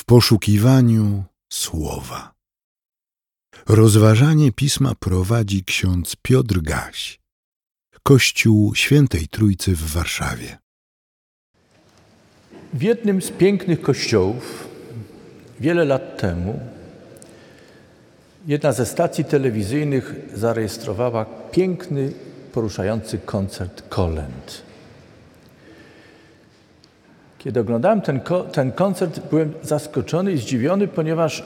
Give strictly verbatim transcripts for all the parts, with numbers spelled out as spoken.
poszukiwaniu słowa. Rozważanie pisma prowadzi ksiądz Piotr Gaś, Kościół Świętej Trójcy w Warszawie. W jednym z pięknych kościołów wiele lat temu jedna ze stacji telewizyjnych zarejestrowała piękny, poruszający koncert kolęd. Kiedy oglądałem ten, ten koncert, byłem zaskoczony i zdziwiony, ponieważ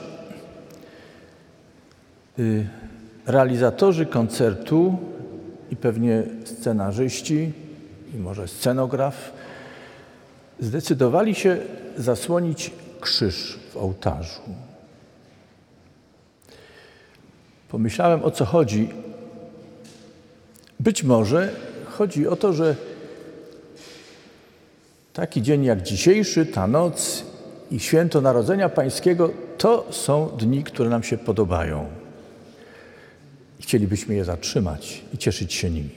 y, realizatorzy koncertu i pewnie scenarzyści i może scenograf zdecydowali się zasłonić krzyż w ołtarzu. Pomyślałem, o co chodzi. Być może chodzi o to, że taki dzień jak dzisiejszy, ta noc i święto Narodzenia Pańskiego to są dni, które nam się podobają. Chcielibyśmy je zatrzymać i cieszyć się nimi.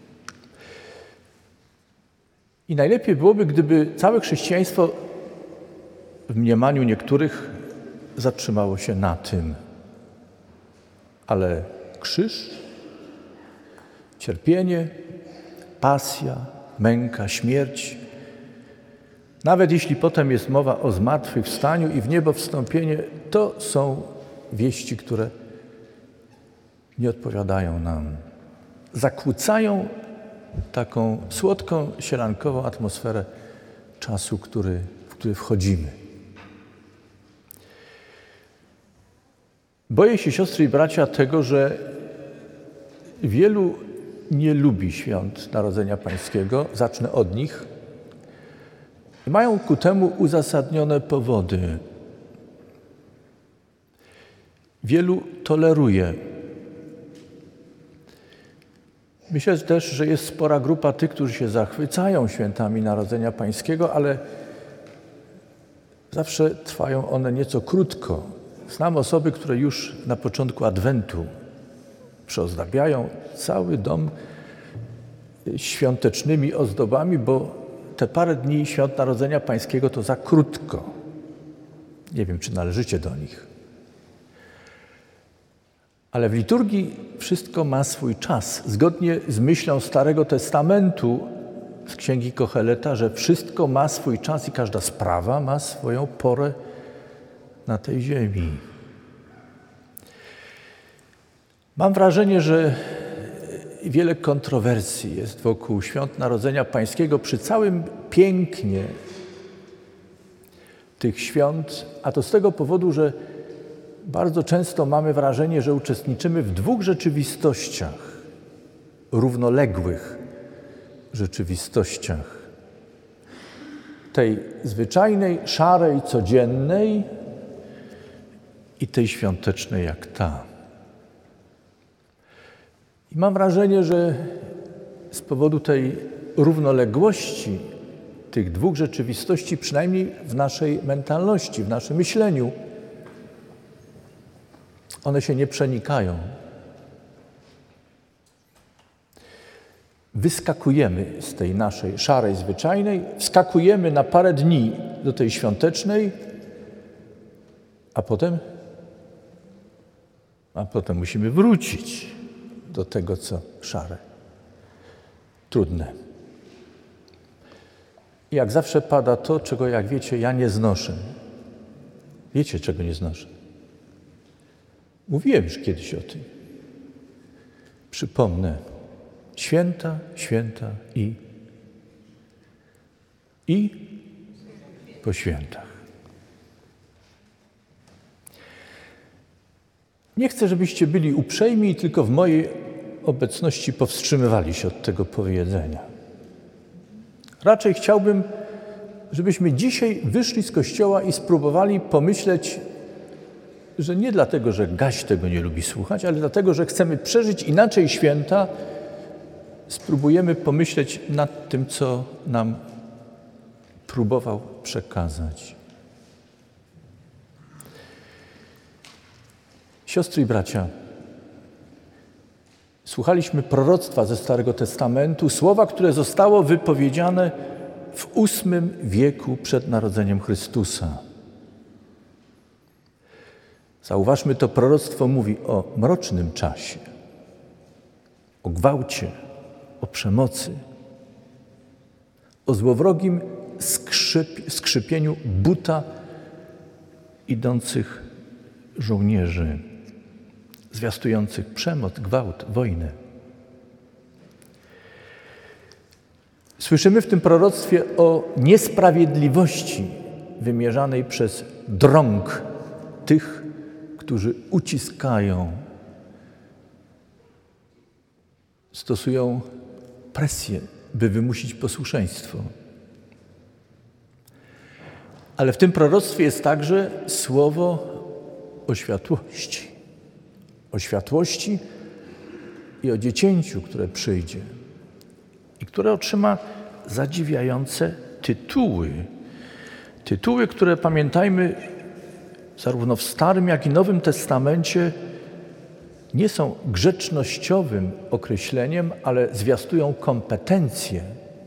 I najlepiej byłoby, gdyby całe chrześcijaństwo w mniemaniu niektórych zatrzymało się na tym. Ale krzyż, cierpienie, pasja, męka, śmierć, nawet jeśli potem jest mowa o zmartwychwstaniu i w niebo wstąpienie, to są wieści, które nie odpowiadają nam. Zakłócają taką słodką, sielankową atmosferę czasu, który, w który wchodzimy. Boję się, siostry i bracia, tego, że wielu nie lubi świąt Narodzenia Pańskiego. Zacznę od nich. Mają ku temu uzasadnione powody. Wielu toleruje. Myślę też, że jest spora grupa tych, którzy się zachwycają świętami Narodzenia Pańskiego, ale zawsze trwają one nieco krótko. Znam osoby, które już na początku Adwentu przyozdabiają cały dom świątecznymi ozdobami, bo te parę dni świąt Narodzenia Pańskiego to za krótko. Nie wiem, czy należycie do nich. Ale w liturgii wszystko ma swój czas. Zgodnie z myślą Starego Testamentu z Księgi Kocheleta, że wszystko ma swój czas i każda sprawa ma swoją porę na tej ziemi. Mam wrażenie, że wiele kontrowersji jest wokół świąt Narodzenia Pańskiego przy całym pięknie tych świąt, a to z tego powodu, że bardzo często mamy wrażenie, że uczestniczymy w dwóch rzeczywistościach, równoległych rzeczywistościach. Tej zwyczajnej, szarej, codziennej i tej świątecznej jak ta. I mam wrażenie, że z powodu tej równoległości tych dwóch rzeczywistości, przynajmniej w naszej mentalności, w naszym myśleniu, one się nie przenikają. Wyskakujemy z tej naszej szarej, zwyczajnej, wskakujemy na parę dni do tej świątecznej, a potem, a potem musimy wrócić do tego, co szare. Trudne. I jak zawsze pada to, czego, jak wiecie, ja nie znoszę. Wiecie, czego nie znoszę? Mówiłem już kiedyś o tym. Przypomnę. Święta, święta i i po świętach. Nie chcę, żebyście byli uprzejmi i tylko w mojej obecności powstrzymywali się od tego powiedzenia. Raczej chciałbym, żebyśmy dzisiaj wyszli z kościoła i spróbowali pomyśleć, że nie dlatego, że Gaś tego nie lubi słuchać, ale dlatego, że chcemy przeżyć inaczej święta, spróbujemy pomyśleć nad tym, co nam próbował przekazać. Siostry i bracia, słuchaliśmy proroctwa ze Starego Testamentu, słowa, które zostało wypowiedziane w ósmym wieku przed narodzeniem Chrystusa. Zauważmy, to proroctwo mówi o mrocznym czasie, o gwałcie, o przemocy, o złowrogim skrzyp, skrzypieniu buta idących żołnierzy, zwiastujących przemoc, gwałt, wojnę. Słyszymy w tym proroctwie o niesprawiedliwości wymierzanej przez drąg tych, którzy uciskają, stosują presję, by wymusić posłuszeństwo. Ale w tym proroctwie jest także słowo o światłości. O światłości i o dziecięciu, które przyjdzie i które otrzyma zadziwiające tytuły. Tytuły, które, pamiętajmy, zarówno w Starym, jak i Nowym Testamencie nie są grzecznościowym określeniem, ale zwiastują kompetencje.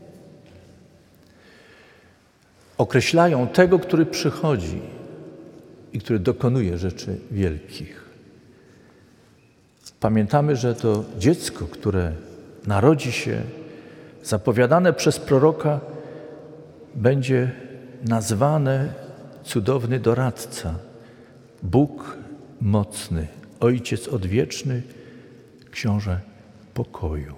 Określają tego, który przychodzi i który dokonuje rzeczy wielkich. Pamiętamy, że to dziecko, które narodzi się, zapowiadane przez proroka, będzie nazwane cudowny doradca, Bóg mocny, Ojciec odwieczny, Książę pokoju.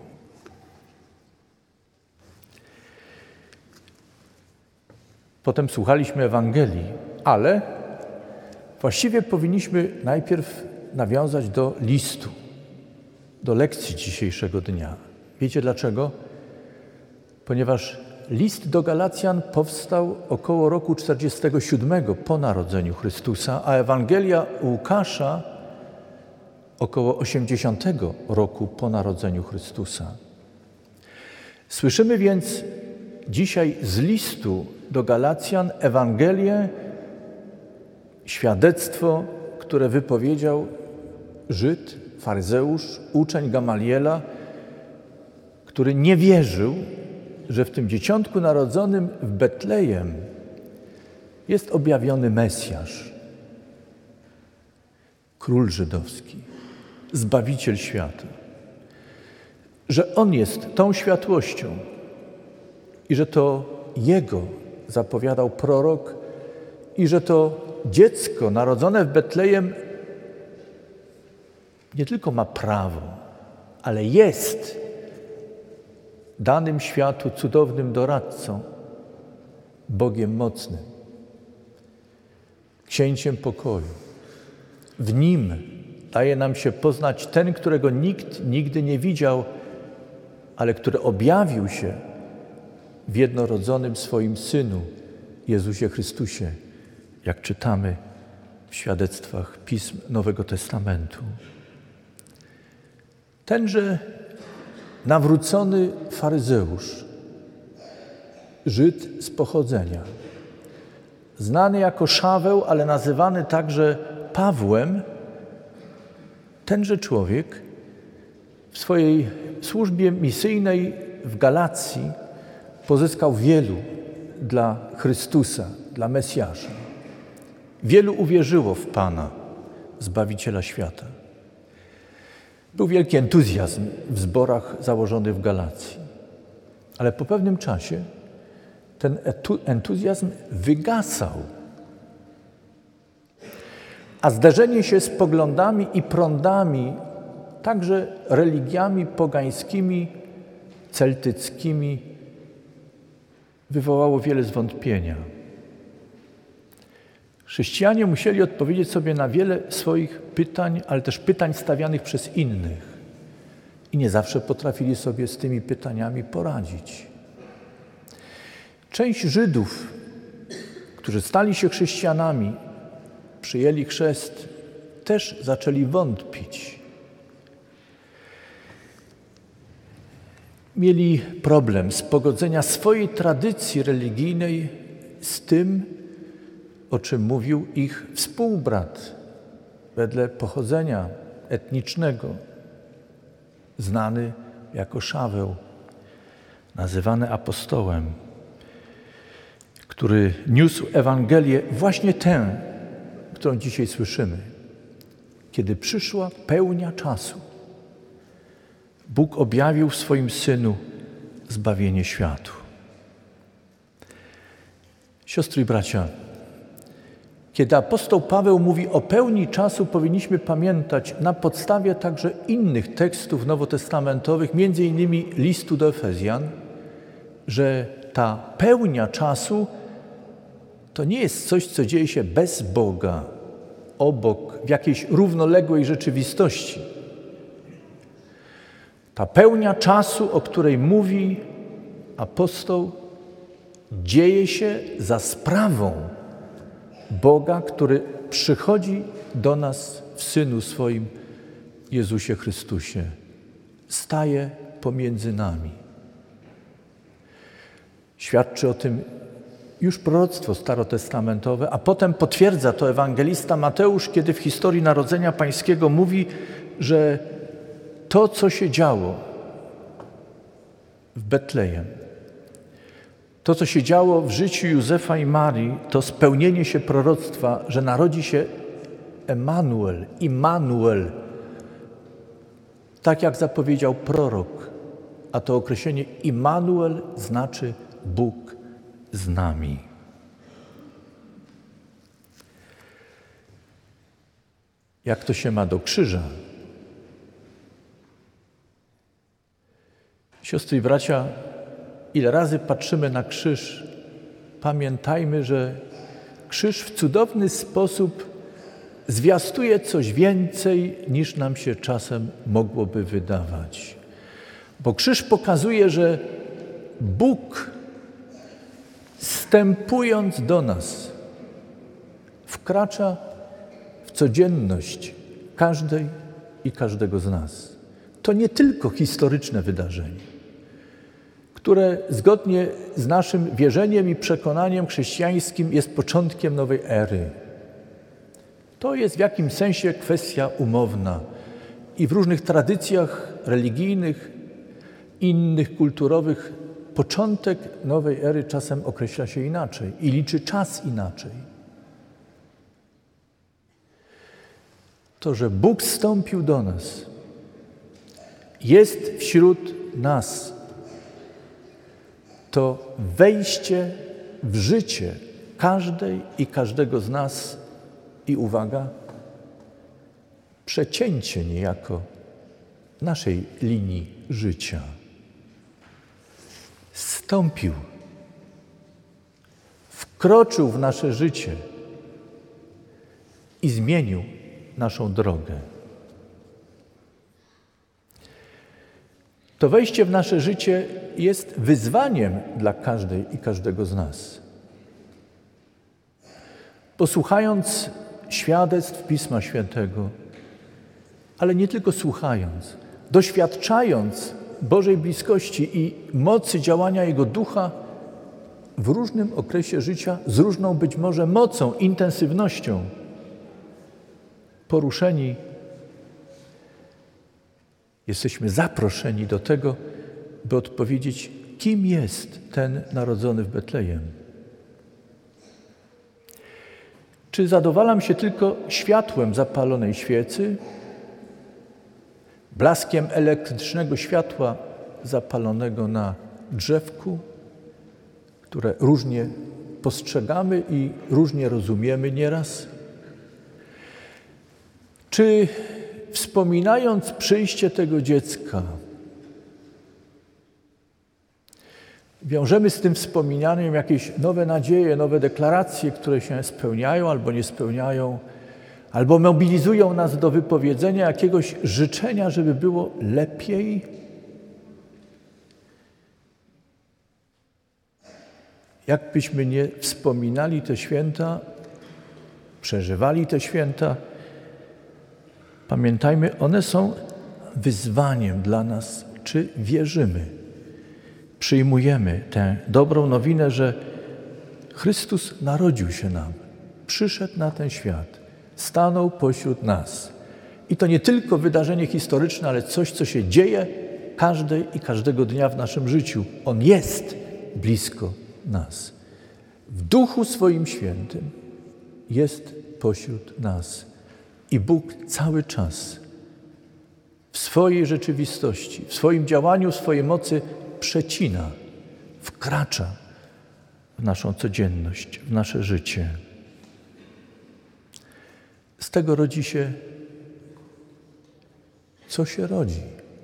Potem słuchaliśmy Ewangelii, ale właściwie powinniśmy najpierw nawiązać do listu, do lekcji dzisiejszego dnia. Wiecie dlaczego? Ponieważ list do Galacjan powstał około roku czterdziestego siódmego po narodzeniu Chrystusa, a Ewangelia Łukasza około osiemdziesiątego roku po narodzeniu Chrystusa. Słyszymy więc dzisiaj z listu do Galacjan Ewangelię, świadectwo, które wypowiedział Żyd, faryzeusz, uczeń Gamaliela, który nie wierzył, że w tym dzieciątku narodzonym w Betlejem jest objawiony Mesjasz, król żydowski, Zbawiciel świata, że On jest tą światłością i że to Jego zapowiadał prorok i że to dziecko narodzone w Betlejem nie tylko ma prawo, ale jest danym światu cudownym doradcą, Bogiem mocnym, Księciem pokoju. W Nim daje nam się poznać ten, którego nikt nigdy nie widział, ale który objawił się w jednorodzonym swoim Synu, Jezusie Chrystusie, jak czytamy w świadectwach pism Nowego Testamentu. Tenże nawrócony faryzeusz, Żyd z pochodzenia, znany jako Szaweł, ale nazywany także Pawłem, tenże człowiek w swojej służbie misyjnej w Galacji pozyskał wielu dla Chrystusa, dla Mesjasza. Wielu uwierzyło w Pana, Zbawiciela świata. Był wielki entuzjazm w zborach założonych w Galacji. Ale po pewnym czasie ten entuzjazm wygasał. A zderzenie się z poglądami i prądami, także religiami pogańskimi, celtyckimi, wywołało wiele zwątpienia. Chrześcijanie musieli odpowiedzieć sobie na wiele swoich pytań, ale też pytań stawianych przez innych. I nie zawsze potrafili sobie z tymi pytaniami poradzić. Część Żydów, którzy stali się chrześcijanami, przyjęli chrzest, też zaczęli wątpić. Mieli problem z pogodzenia swojej tradycji religijnej z tym, o czym mówił ich współbrat wedle pochodzenia etnicznego, znany jako Szaweł, nazywany apostołem, który niósł Ewangelię właśnie tę, którą dzisiaj słyszymy. kiedy przyszła pełnia czasu, Bóg objawił w swoim Synu zbawienie światu. Siostry i bracia, kiedy apostoł Paweł mówi o pełni czasu, powinniśmy pamiętać na podstawie także innych tekstów nowotestamentowych, między innymi listu do Efezjan, że ta pełnia czasu to nie jest coś, co dzieje się bez Boga, obok, w jakiejś równoległej rzeczywistości. Ta pełnia czasu, o której mówi apostoł, dzieje się za sprawą Boga, który przychodzi do nas w Synu swoim, Jezusie Chrystusie. Staje pomiędzy nami. Świadczy o tym już proroctwo starotestamentowe, a potem potwierdza to ewangelista Mateusz, kiedy w historii Narodzenia Pańskiego mówi, że to, co się działo w Betlejem, to, co się działo w życiu Józefa i Marii, to spełnienie się proroctwa, że narodzi się Emanuel, Immanuel, tak jak zapowiedział prorok. A to określenie Immanuel znaczy Bóg z nami. Jak to się ma do krzyża? Siostry i bracia, ile razy patrzymy na krzyż, pamiętajmy, że krzyż w cudowny sposób zwiastuje coś więcej, niż nam się czasem mogłoby wydawać. Bo krzyż pokazuje, że Bóg, wstępując do nas, wkracza w codzienność każdej i każdego z nas. To nie tylko historyczne wydarzenie, które zgodnie z naszym wierzeniem i przekonaniem chrześcijańskim jest początkiem nowej ery. To jest w jakimś sensie kwestia umowna i w różnych tradycjach religijnych, innych kulturowych początek nowej ery czasem określa się inaczej i liczy czas inaczej. To, że Bóg zstąpił do nas, jest wśród nas, to wejście w życie każdej i każdego z nas i uwaga, przecięcie niejako naszej linii życia. Wstąpił, wkroczył w nasze życie i zmienił naszą drogę. To wejście w nasze życie jest wyzwaniem dla każdej i każdego z nas. Posłuchając świadectw Pisma Świętego, ale nie tylko słuchając, doświadczając Bożej bliskości i mocy działania Jego Ducha w różnym okresie życia, z różną być może mocą, intensywnością, poruszeni, jesteśmy zaproszeni do tego, by odpowiedzieć, kim jest ten narodzony w Betlejem. Czy zadowalam się tylko światłem zapalonej świecy, blaskiem elektrycznego światła zapalonego na drzewku, które różnie postrzegamy i różnie rozumiemy nieraz? Czy wspominając przyjście tego dziecka, wiążemy z tym wspominaniem jakieś nowe nadzieje, nowe deklaracje, które się spełniają albo nie spełniają, albo mobilizują nas do wypowiedzenia jakiegoś życzenia, żeby było lepiej? Jakbyśmy nie wspominali te święta, przeżywali te święta, pamiętajmy, one są wyzwaniem dla nas, czy wierzymy, przyjmujemy tę dobrą nowinę, że Chrystus narodził się nam, przyszedł na ten świat, stanął pośród nas. I to nie tylko wydarzenie historyczne, ale coś, co się dzieje każdej i każdego dnia w naszym życiu. On jest blisko nas. W Duchu swoim Świętym jest pośród nas I Bóg cały czas w swojej rzeczywistości, w swoim działaniu, w swojej mocy przecina, wkracza w naszą codzienność, w nasze życie. Z tego rodzi się, co się rodzi?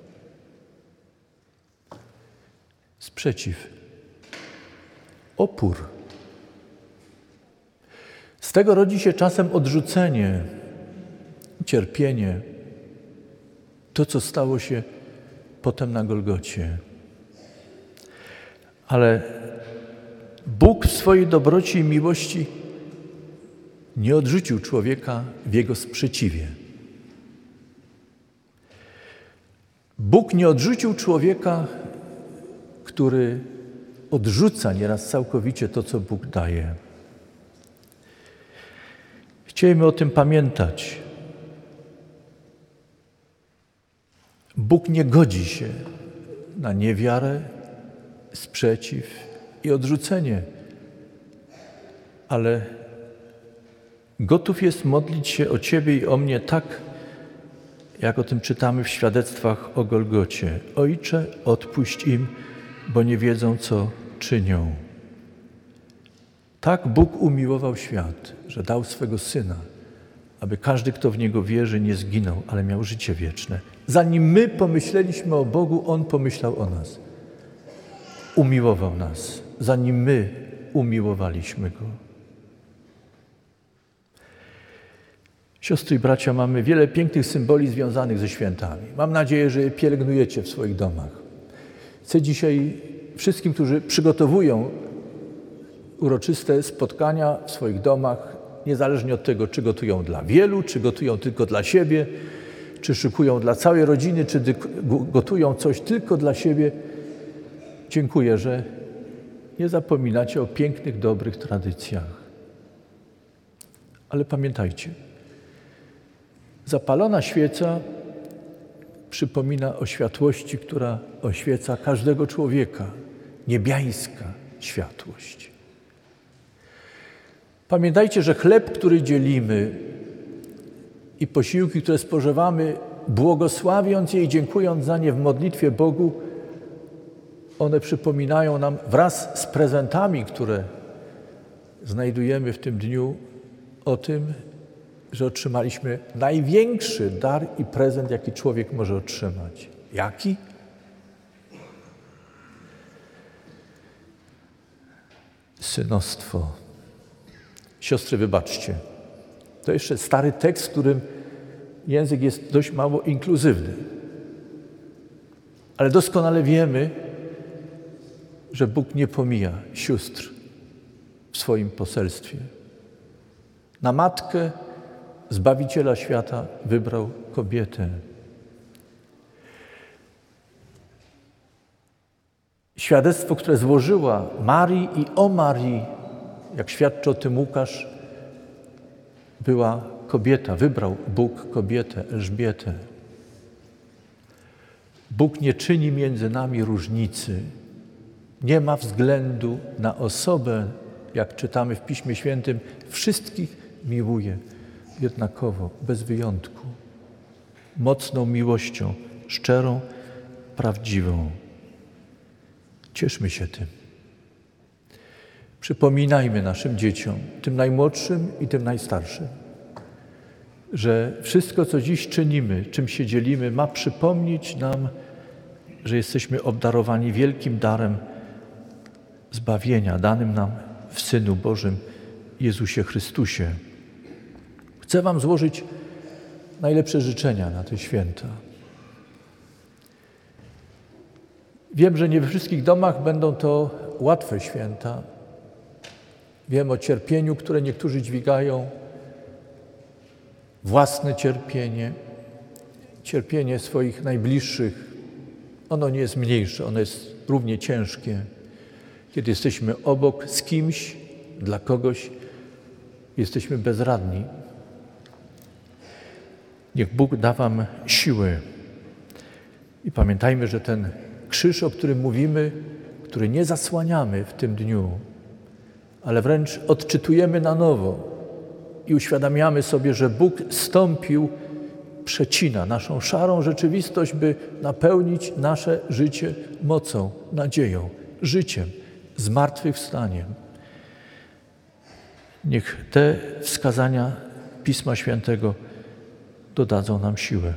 Sprzeciw, opór. Z tego rodzi się czasem odrzucenie, cierpienie, to, co stało się potem na Golgocie. Ale Bóg w swojej dobroci i miłości nie odrzucił człowieka w jego sprzeciwie. Bóg nie odrzucił człowieka, który odrzuca nieraz całkowicie to, co Bóg daje. Chcielibyśmy o tym pamiętać. Bóg nie godzi się na niewiarę, sprzeciw i odrzucenie, ale gotów jest modlić się o Ciebie i o mnie tak, jak o tym czytamy w świadectwach o Golgocie. Ojcze, odpuść im, bo nie wiedzą, co czynią. Tak Bóg umiłował świat, że dał swego Syna, aby każdy, kto w Niego wierzy, nie zginął, ale miał życie wieczne. Zanim my pomyśleliśmy o Bogu, On pomyślał o nas. Umiłował nas, zanim my umiłowaliśmy Go. Siostry i bracia, mamy wiele pięknych symboli związanych ze świętami. Mam nadzieję, że je pielęgnujecie w swoich domach. Chcę dzisiaj wszystkim, którzy przygotowują uroczyste spotkania w swoich domach, niezależnie od tego, czy gotują dla wielu, czy gotują tylko dla siebie, czy szykują dla całej rodziny, czy gotują coś tylko dla siebie. Dziękuję, że nie zapominacie o pięknych, dobrych tradycjach. Ale pamiętajcie, zapalona świeca przypomina o światłości, która oświeca każdego człowieka. Niebiańska światłość. Pamiętajcie, że chleb, który dzielimy i posiłki, które spożywamy, błogosławiąc je i dziękując za nie w modlitwie Bogu, one przypominają nam wraz z prezentami, które znajdujemy w tym dniu, o tym, że otrzymaliśmy największy dar i prezent, jaki człowiek może otrzymać. Jaki? Synostwo. Siostry, wybaczcie. To jeszcze stary tekst, w którym język jest dość mało inkluzywny. Ale doskonale wiemy, że Bóg nie pomija sióstr w swoim poselstwie. Na matkę Zbawiciela świata wybrał kobietę. Świadectwo, które złożyła Marii i o Marii, jak świadczy o tym Łukasz, była kobieta. Wybrał Bóg kobietę, Elżbietę. Bóg nie czyni między nami różnicy. Nie ma względu na osobę, jak czytamy w Piśmie Świętym, wszystkich miłuje jednakowo, bez wyjątku. Mocną miłością, szczerą, prawdziwą. Cieszmy się tym. Przypominajmy naszym dzieciom, tym najmłodszym i tym najstarszym, że wszystko, co dziś czynimy, czym się dzielimy, ma przypomnieć nam, że jesteśmy obdarowani wielkim darem zbawienia, danym nam w Synu Bożym, Jezusie Chrystusie. Chcę wam złożyć najlepsze życzenia na te święta. Wiem, że nie we wszystkich domach będą to łatwe święta. Wiem o cierpieniu, które niektórzy dźwigają, własne cierpienie, cierpienie swoich najbliższych. Ono nie jest mniejsze, ono jest równie ciężkie. Kiedy jesteśmy obok z kimś, dla kogoś, jesteśmy bezradni. Niech Bóg da wam siły. I pamiętajmy, że ten krzyż, o którym mówimy, który nie zasłaniamy w tym dniu, ale wręcz odczytujemy na nowo, i uświadamiamy sobie, że Bóg zstąpił, przecina naszą szarą rzeczywistość, by napełnić nasze życie mocą, nadzieją, życiem, zmartwychwstaniem. Niech te wskazania Pisma Świętego dodadzą nam siłę.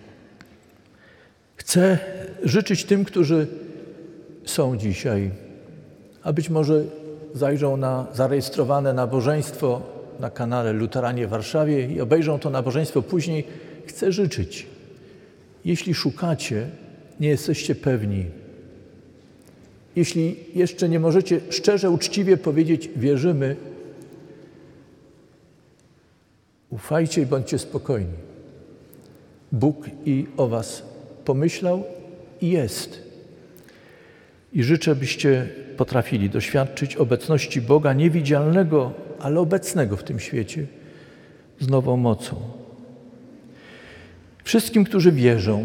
Chcę życzyć tym, którzy są dzisiaj, a być może zajrzą na zarejestrowane nabożeństwo na kanale Luteranie w Warszawie i obejrzą to nabożeństwo później. Chcę życzyć, jeśli szukacie, nie jesteście pewni, jeśli jeszcze nie możecie szczerze, uczciwie powiedzieć wierzymy, ufajcie i bądźcie spokojni. Bóg i o was pomyślał i jest. I życzę, byście potrafili doświadczyć obecności Boga niewidzialnego, ale obecnego w tym świecie z nową mocą. Wszystkim, którzy wierzą,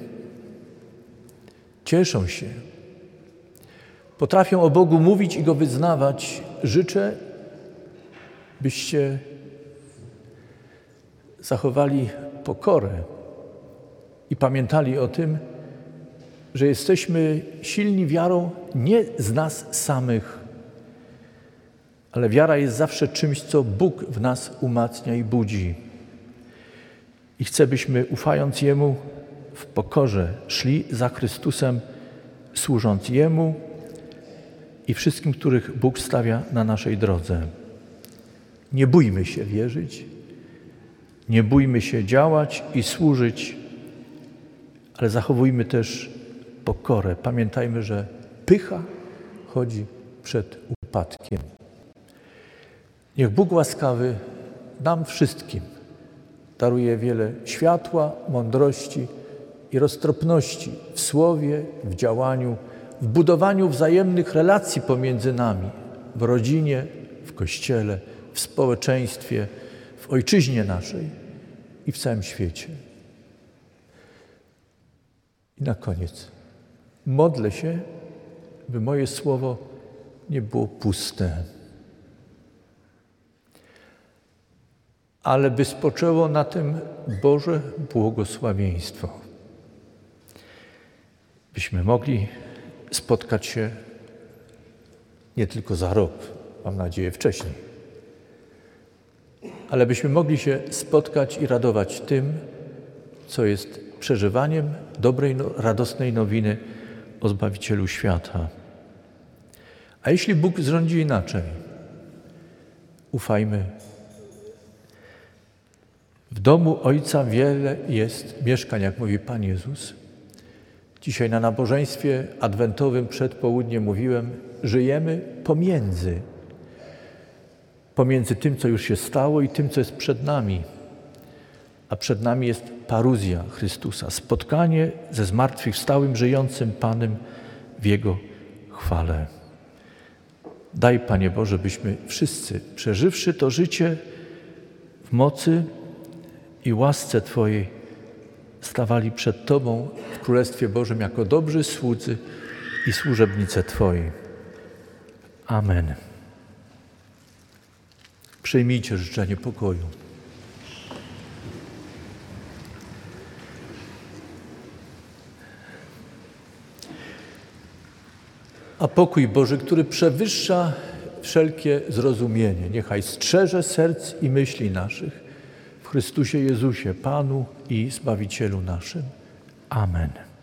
cieszą się, potrafią o Bogu mówić i Go wyznawać, życzę, byście zachowali pokorę i pamiętali o tym, że jesteśmy silni wiarą nie z nas samych, ale wiara jest zawsze czymś, co Bóg w nas umacnia i budzi. I chcę, byśmy ufając Jemu w pokorze szli za Chrystusem, służąc Jemu i wszystkim, których Bóg stawia na naszej drodze. Nie bójmy się wierzyć, nie bójmy się działać i służyć, ale zachowujmy też pokorę. Pamiętajmy, że pycha chodzi przed upadkiem. Niech Bóg łaskawy nam wszystkim daruje wiele światła, mądrości i roztropności w słowie, w działaniu, w budowaniu wzajemnych relacji pomiędzy nami, w rodzinie, w Kościele, w społeczeństwie, w ojczyźnie naszej i w całym świecie. I na koniec modlę się, by moje słowo nie było puste, ale by spoczęło na tym Boże błogosławieństwo. Byśmy mogli spotkać się nie tylko za rok, mam nadzieję wcześniej, ale byśmy mogli się spotkać i radować tym, co jest przeżywaniem dobrej, radosnej nowiny o Zbawicielu świata. A jeśli Bóg zrządzi inaczej, ufajmy. W domu Ojca wiele jest mieszkań, jak mówi Pan Jezus. Dzisiaj na nabożeństwie adwentowym przed południem mówiłem, żyjemy pomiędzy. Pomiędzy tym, co już się stało i tym, co jest przed nami. A przed nami jest paruzja Chrystusa, spotkanie ze zmartwychwstałym, żyjącym Panem w Jego chwale. Daj, Panie Boże, byśmy wszyscy, przeżywszy to życie w mocy i łasce Twojej, stawali przed Tobą w Królestwie Bożym jako dobrzy słudzy i służebnice Twojej. Amen. Przyjmijcie życzenie pokoju. A pokój Boży, który przewyższa wszelkie zrozumienie, niechaj strzeże serc i myśli naszych w Chrystusie Jezusie, Panu i Zbawicielu naszym. Amen.